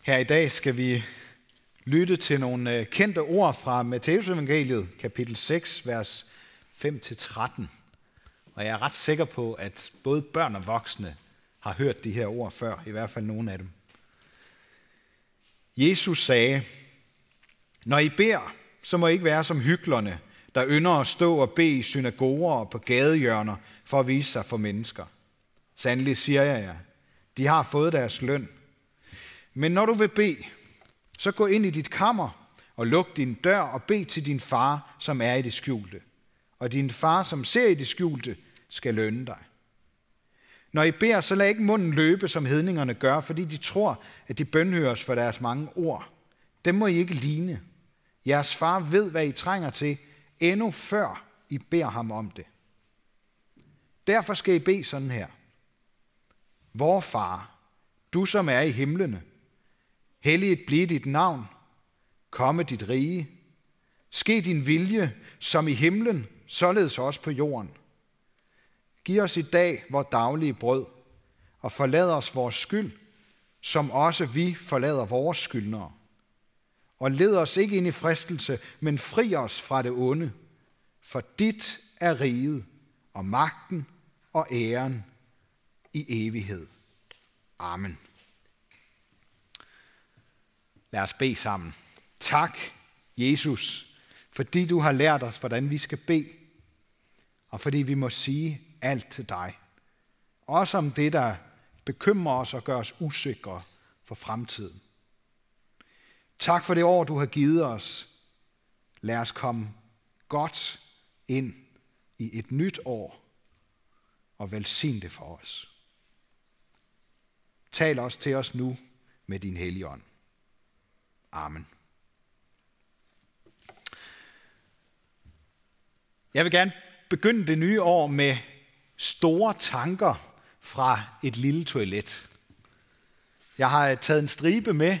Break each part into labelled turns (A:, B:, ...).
A: Her i dag skal vi lytte til nogle kendte ord fra Matthæusevangeliet, kapitel 6, vers 5-13. Og jeg er ret sikker på, at både børn og voksne har hørt de her ord før, i hvert fald nogle af dem. Jesus sagde, når I beder, så må I ikke være som hyklerne, der ynder at stå og bede i synagoger og på gadehjørner for at vise sig for mennesker. Sandelig siger jeg jer, de har fået deres løn. Men når du vil bede, så gå ind i dit kammer og luk din dør og bed til din far, som er i det skjulte. Og din far, som ser i det skjulte, skal lønne dig. Når I beder, så lad ikke munden løbe, som hedningerne gør, fordi de tror, at de bønhøres for deres mange ord. Dem må I ikke ligne. Jeres far ved, hvad I trænger til, endnu før I beder ham om det. Derfor skal I bede sådan her. Vor far, du som er i himlene, helliget blive dit navn, komme dit rige, ske din vilje, som i himlen, således også på jorden. Giv os i dag vores daglige brød, og forlad os vores skyld, som også vi forlader vores skyldnere. Og led os ikke ind i fristelse, men fri os fra det onde, for dit er riget, og magten og æren i evighed. Amen. Lad os bede sammen. Tak, Jesus, fordi du har lært os, hvordan vi skal bede, og fordi vi må sige alt til dig. Også om det, der bekymrer os og gør os usikre for fremtiden. Tak for det år, du har givet os. Lad os komme godt ind i et nyt år og velsign det for os. Tal også til os nu med din hellige ånd. Amen. Jeg vil gerne begynde det nye år med store tanker fra et lille toilet. Jeg har taget en stribe med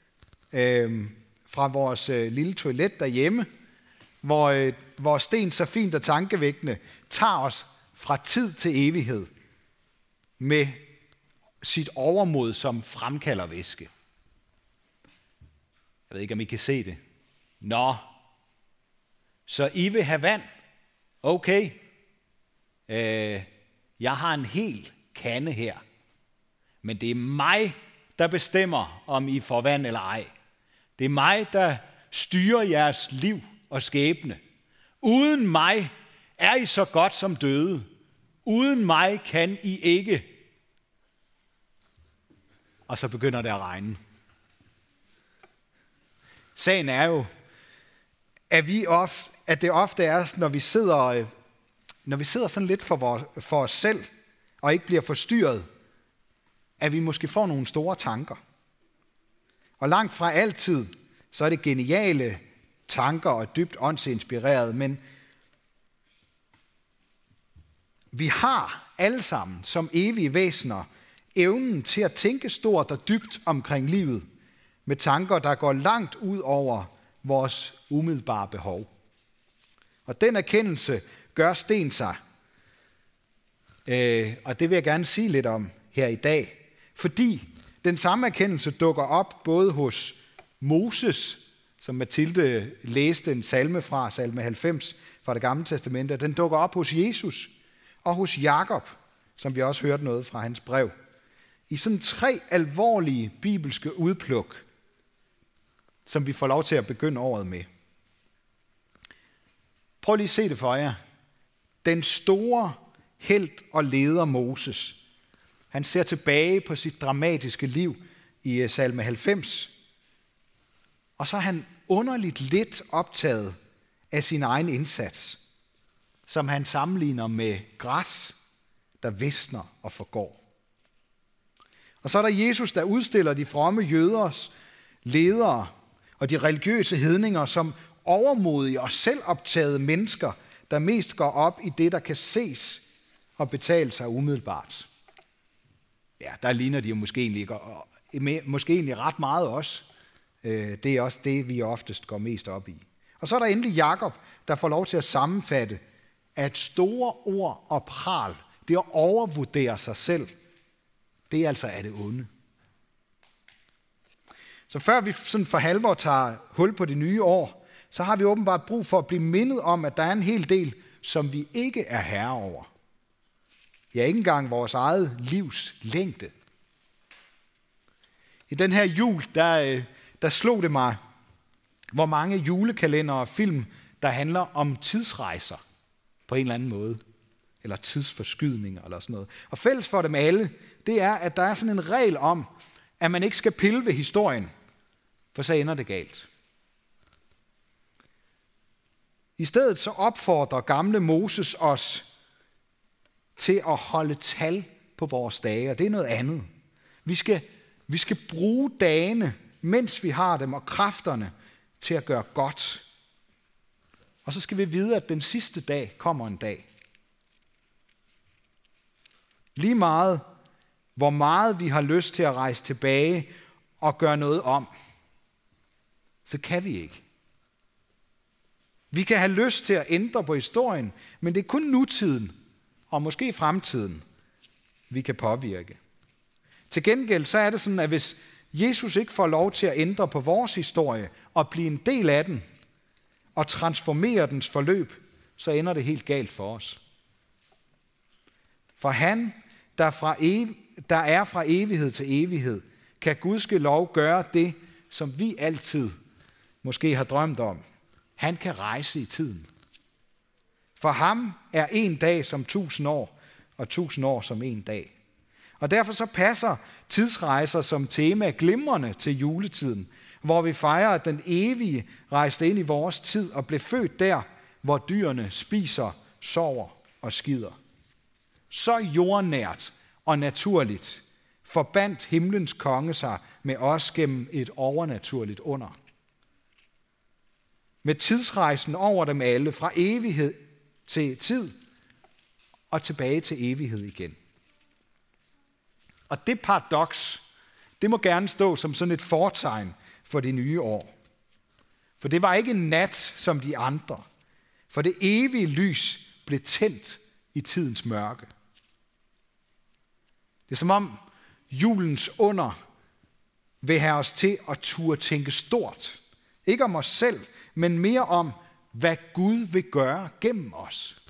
A: fra vores lille toilet derhjemme, hvor Sten så fint og tankevækkende tager os fra tid til evighed med sit overmod, som fremkalder væske. Jeg ved ikke, om I kan se det. Nå, så I vil have vand? Okay. Jeg har en hel kande her. Men det er mig, der bestemmer, om I får vand eller ej. Det er mig, der styrer jeres liv og skæbne. Uden mig er I så godt som døde. Uden mig kan I ikke. Og så begynder det at regne. Sagen er jo, at det ofte er, når vi sidder sådan lidt for os selv, og ikke bliver forstyrret, at vi måske får nogle store tanker. Og langt fra altid, så er det geniale tanker og dybt åndsinspireret, men vi har alle sammen som evige væsener evnen til at tænke stort og dybt omkring livet, med tanker, der går langt ud over vores umiddelbare behov. Og den erkendelse gør Sten sig. Og det vil jeg gerne sige lidt om her i dag. Fordi den samme erkendelse dukker op både hos Moses, som Mathilde læste en salme fra, salme 90 fra det gamle testamente. Den dukker op hos Jesus og hos Jakob, som vi også hørte noget fra hans brev. I sådan 3 alvorlige bibelske udpluk, som vi får lov til at begynde året med. Prøv lige at se det for jer. Den store helt og leder Moses. Han ser tilbage på sit dramatiske liv i salme 90. Og så er han underligt lidt optaget af sin egen indsats, som han sammenligner med græs, der visner og forgår. Og så er der Jesus, der udstiller de fromme jøders ledere og de religiøse hedninger som overmodige og selvoptagede mennesker, der mest går op i det, der kan ses og betale sig umiddelbart. Ja, der ligner de jo måske egentlig ret meget også. Det er også det, vi oftest går mest op i. Og så er der endelig Jakob, der får lov til at sammenfatte, at store ord og pral, det at overvurdere sig selv, det er altså af det onde. Så før vi sådan for halvår tager hul på det nye år, så har vi åbenbart brug for at blive mindet om, at der er en hel del, som vi ikke er herre over. Ja, ikke engang vores eget livs længde. I den her jul, der slog det mig, hvor mange julekalender og film, der handler om tidsrejser på en eller anden måde. Eller tidsforskydninger eller sådan noget. Og fælles for dem alle, det er, at der er sådan en regel om, at man ikke skal pille ved historien, for så ender det galt. I stedet så opfordrer gamle Moses os til at holde tal på vores dage, og det er noget andet. Vi skal bruge dagene, mens vi har dem, og kræfterne til at gøre godt. Og så skal vi vide, at den sidste dag kommer en dag. Lige meget, hvor meget vi har lyst til at rejse tilbage og gøre noget om, så kan vi ikke. Vi kan have lyst til at ændre på historien, men det er kun nutiden og måske fremtiden, vi kan påvirke. Til gengæld så er det sådan, at hvis Jesus ikke får lov til at ændre på vores historie og blive en del af den og transformere dens forløb, så ender det helt galt for os. For han, der er fra evighed til evighed, kan Guds lov gøre det, som vi altid måske har drømt om. Han kan rejse i tiden. For ham er en dag som 1000 år, og 1000 år som en dag. Og derfor så passer tidsrejser som tema glimrende til juletiden, hvor vi fejrer, at den evige rejste ind i vores tid og blev født der, hvor dyrene spiser, sover og skider. Så jordnært og naturligt forbandt himlens konge sig med os gennem et overnaturligt under. Med tidsrejsen over dem alle, fra evighed til tid og tilbage til evighed igen. Og det paradoks, det må gerne stå som sådan et fortegn for det nye år. For det var ikke en nat som de andre, for det evige lys blev tændt i tidens mørke. Det er som om julens under vil have os til at turde tænke stort. Ikke om os selv, men mere om, hvad Gud vil gøre gennem os.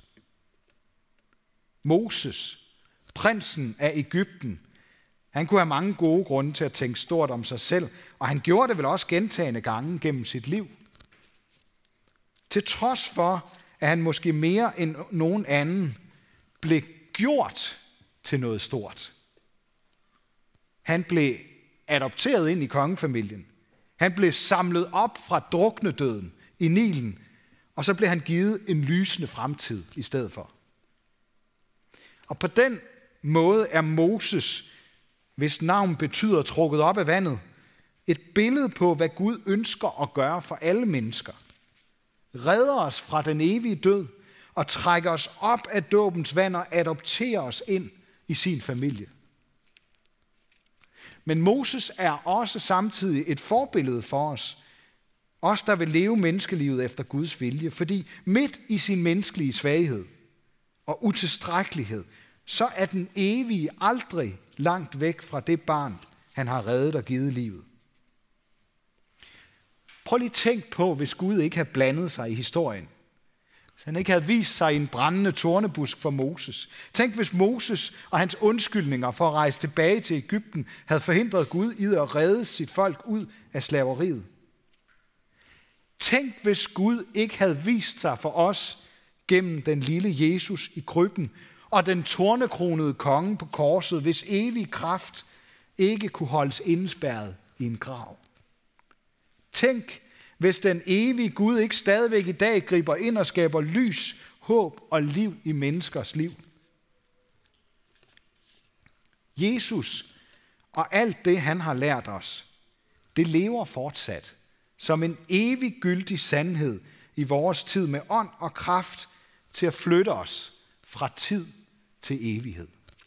A: Moses, prinsen af Egypten, han kunne have mange gode grunde til at tænke stort om sig selv, og han gjorde det vel også gentagne gange gennem sit liv. Til trods for, at han måske mere end nogen anden blev gjort til noget stort. Han blev adopteret ind i kongefamilien. Han blev samlet op fra druknedøden i Nilen, og så blev han givet en lysende fremtid i stedet for. Og på den måde er Moses, hvis navn betyder trukket op af vandet, et billede på, hvad Gud ønsker at gøre for alle mennesker. Redder os fra den evige død og trækker os op af dåbens vand og adopterer os ind i sin familie. Men Moses er også samtidig et forbillede for os der vil leve menneskelivet efter Guds vilje, fordi midt i sin menneskelige svaghed og utilstrækkelighed, så er den evige aldrig langt væk fra det barn, han har reddet og givet livet. Prøv lige at tænk på, hvis Gud ikke havde blandet sig i historien. Hvis han ikke havde vist sig i en brændende tornebusk for Moses. Tænk, hvis Moses og hans undskyldninger for at rejse tilbage til Egypten havde forhindret Gud i at redde sit folk ud af slaveriet. Tænk, hvis Gud ikke havde vist sig for os gennem den lille Jesus i krybben og den tornekronede konge på korset, hvis evig kraft ikke kunne holdes indespærret i en grav. Tænk, hvis den evige Gud ikke stadigvæk i dag griber ind og skaber lys, håb og liv i menneskers liv. Jesus og alt det, han har lært os, det lever fortsat som en eviggyldig sandhed i vores tid med ånd og kraft til at flytte os fra tid til evighed.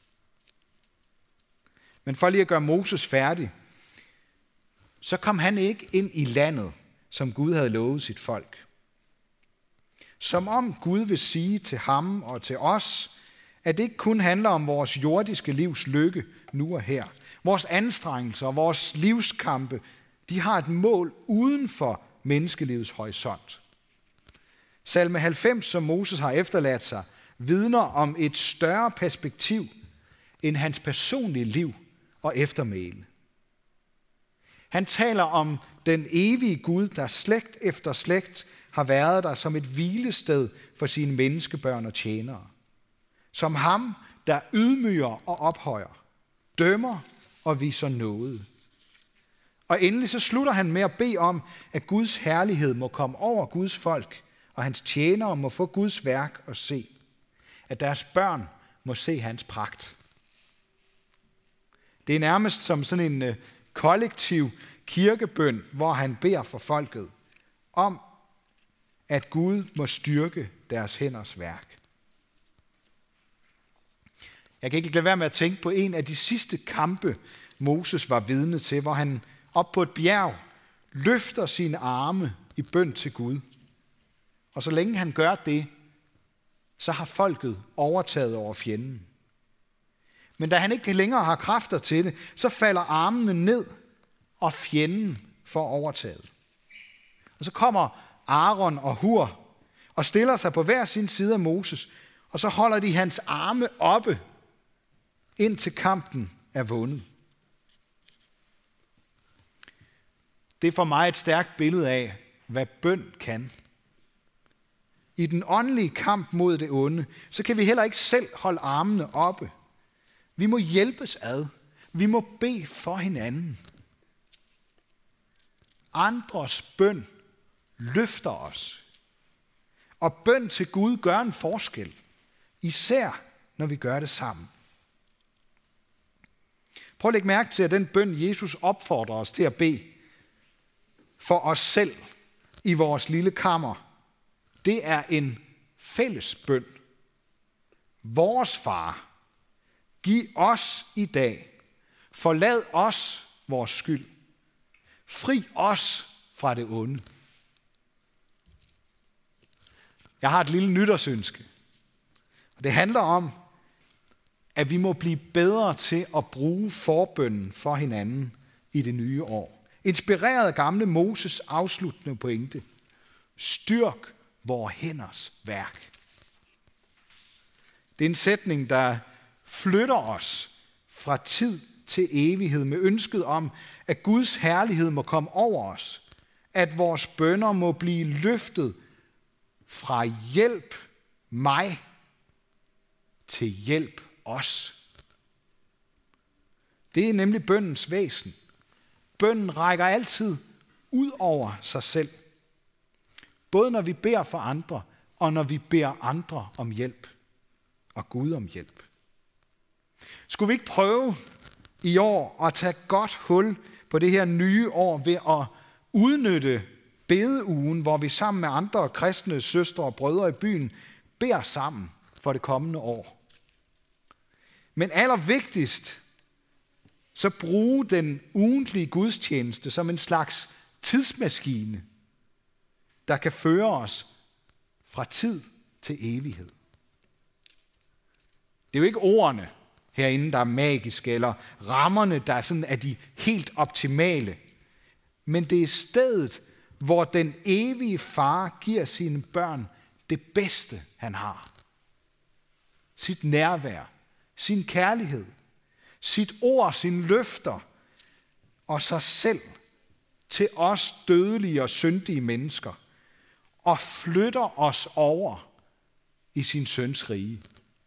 A: Men for lige at gøre Moses færdig, så kom han ikke ind i landet, som Gud havde lovet sit folk. Som om Gud vil sige til ham og til os, at det ikke kun handler om vores jordiske livs lykke nu og her, vores anstrengelser og vores livskampe De har et mål uden for menneskelivets horisont. Salme 90, som Moses har efterladt sig, vidner om et større perspektiv end hans personlige liv og eftermæle. Han taler om den evige Gud, der slægt efter slægt har været der som et hvilested for sine menneskebørn og tjenere. Som ham, der ydmyger og ophøjer, dømmer og viser nåde. Og endelig så slutter han med at bede om, at Guds herlighed må komme over Guds folk, og hans tjenere må få Guds værk at se. At deres børn må se hans pragt. Det er nærmest som sådan en kollektiv kirkebøn, hvor han beder for folket om, at Gud må styrke deres hænders værk. Jeg kan ikke lade være med at tænke på en af de sidste kampe, Moses var vidne til, hvor han op på et bjerg løfter sine arme i bøn til Gud. Og så længe han gør det, så har folket overtaget over fjenden. Men da han ikke længere har kræfter til det, så falder armene ned, og fjenden får overtaget. Og så kommer Aaron og Hur og stiller sig på hver sin side af Moses, og så holder de hans arme oppe, indtil kampen er vundet. Det er for mig et stærkt billede af, hvad bøn kan. I den åndelige kamp mod det onde, så kan vi heller ikke selv holde armene oppe. Vi må hjælpes ad. Vi må bede for hinanden. Andres bøn løfter os. Og bøn til Gud gør en forskel, især når vi gør det sammen. Prøv at lægge mærke til, at den bøn, Jesus opfordrer os til at bede for os selv i vores lille kammer, det er en fælles bøn. Vores Far, giv os i dag, forlad os vores skyld, fri os fra det onde. Jeg har et lille nytårsønske, og det handler om, at vi må blive bedre til at bruge forbønnen for hinanden i det nye år. Inspireret af gamle Moses afsluttende pointe. Styrk vores hænders værk. Det er en sætning, der flytter os fra tid til evighed med ønsket om, at Guds herlighed må komme over os. At vores bønner må blive løftet fra hjælp mig til hjælp os. Det er nemlig bønnens væsen. Bønnen rækker altid ud over sig selv. Både når vi beder for andre, og når vi beder andre om hjælp. Og Gud om hjælp. Skulle vi ikke prøve i år at tage godt hul på det her nye år ved at udnytte bedeugen, hvor vi sammen med andre kristne søstre og brødre i byen beder sammen for det kommende år. Men allervigtigst, så bruge den ugentlige gudstjeneste som en slags tidsmaskine, der kan føre os fra tid til evighed. Det er jo ikke ordene herinde, der er magiske, eller rammerne, der er sådan er de helt optimale. Men det er stedet, hvor den evige far giver sine børn det bedste, han har. Sit nærvær, sin kærlighed, sit ord, sine løfter og sig selv til os dødelige og syndige mennesker og flytter os over i sin søns rige.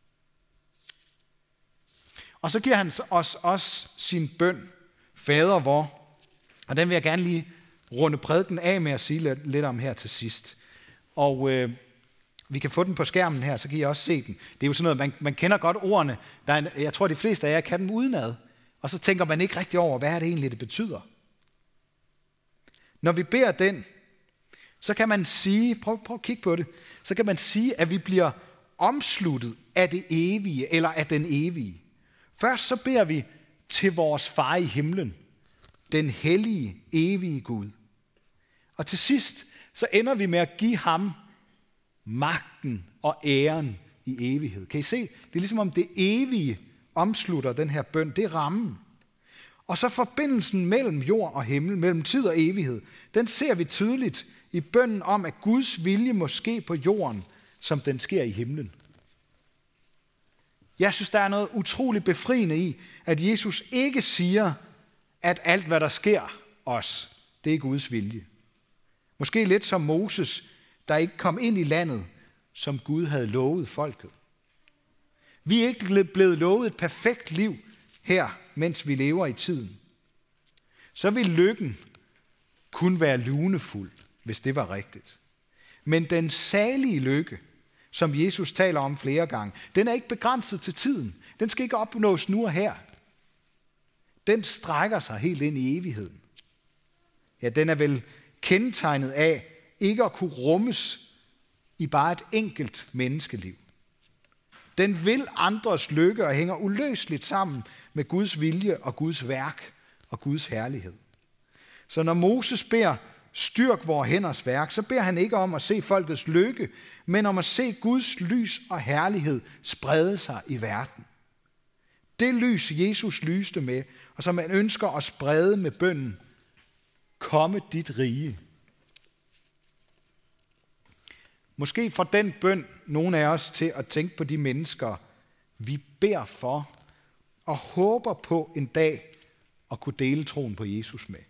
A: Og så giver han os også sin bøn, Fader vor, og den vil jeg gerne lige runde prædiken af med at sige lidt om her til sidst. Og vi kan få den på skærmen her, så kan I også se den. Det er jo sådan noget, man kender godt ordene. Jeg tror, de fleste af jer kan dem udenad. Og så tænker man ikke rigtig over, hvad er det egentlig, det betyder. Når vi beder den, så kan man sige, prøv at kigge på det, så kan man sige, at vi bliver omsluttet af det evige, eller af den evige. Først så beder vi til vores far i himlen, den hellige, evige Gud. Og til sidst, så ender vi med at give ham magten og æren i evighed. Kan I se? Det er ligesom om det evige omslutter den her bøn. Det er rammen. Og så forbindelsen mellem jord og himmel, mellem tid og evighed, den ser vi tydeligt i bønnen om, at Guds vilje må ske på jorden, som den sker i himlen. Jeg synes, der er noget utroligt befriende i, at Jesus ikke siger, at alt, hvad der sker os, det er Guds vilje. Måske lidt som Moses, der ikke kom ind i landet, som Gud havde lovet folket. Vi er ikke blevet lovet et perfekt liv her, mens vi lever i tiden. Så vil lykken kun være lunefuld, hvis det var rigtigt. Men den salige lykke, som Jesus taler om flere gange, den er ikke begrænset til tiden. Den skal ikke opnås nu og her. Den strækker sig helt ind i evigheden. Ja, den er vel kendetegnet af ikke at kunne rummes i bare et enkelt menneskeliv. Den vil andres lykke og hænger uløseligt sammen med Guds vilje og Guds værk og Guds herlighed. Så når Moses beder, styrk vores hænders værk, så beder han ikke om at se folkets lykke, men om at se Guds lys og herlighed sprede sig i verden. Det lys, Jesus lyste med, og som han ønsker at sprede med bønnen, komme dit rige. Måske får den bøn nogle af os til at tænke på de mennesker, vi beder for og håber på en dag at kunne dele troen på Jesus med.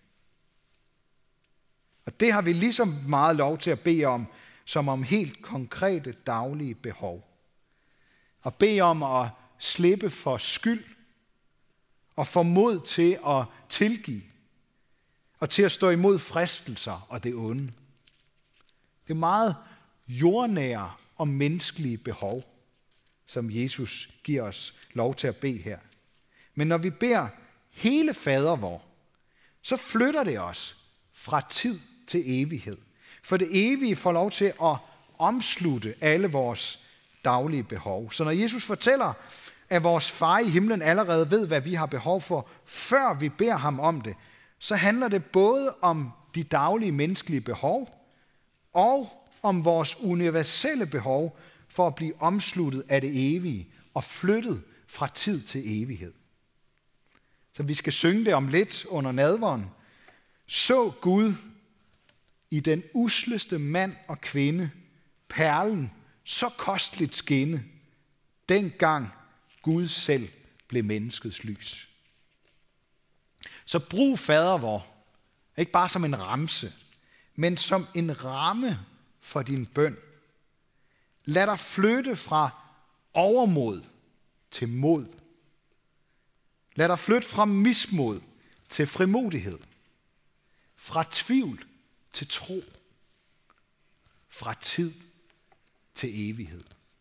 A: Og det har vi lige så meget lov til at bede om, som om helt konkrete daglige behov. Og bede om at slippe for skyld og få mod til at tilgive og til at stå imod fristelser og det onde. Det er meget jordnære og menneskelige behov, som Jesus giver os lov til at bede her. Men når vi beder hele fader vor, så flytter det os fra tid til evighed. For det evige får lov til at omslutte alle vores daglige behov. Så når Jesus fortæller, at vores far i himlen allerede ved, hvad vi har behov for, før vi beder ham om det, så handler det både om de daglige menneskelige behov og om vores universelle behov for at blive omsluttet af det evige og flyttet fra tid til evighed. Så vi skal synge det om lidt under nadveren. Så Gud i den usleste mand og kvinde, perlen så kostligt skinne, dengang Gud selv blev menneskets lys. Så brug fader vor, ikke bare som en ramse, men som en ramme for din bøn. Lad dig flytte fra overmod til mod. Lad dig flytte fra mismod til frimodighed. Fra tvivl til tro. Fra tid til evighed.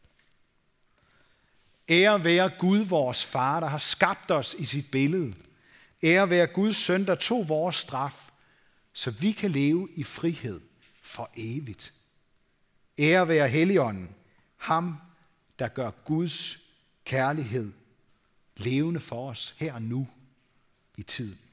A: Ære være Gud, vores far, der har skabt os i sit billede. Ære være Guds søn, der tog vores straf, så vi kan leve i frihed for evigt. Ære være Helligånden, ham, der gør Guds kærlighed levende for os her og nu i tiden.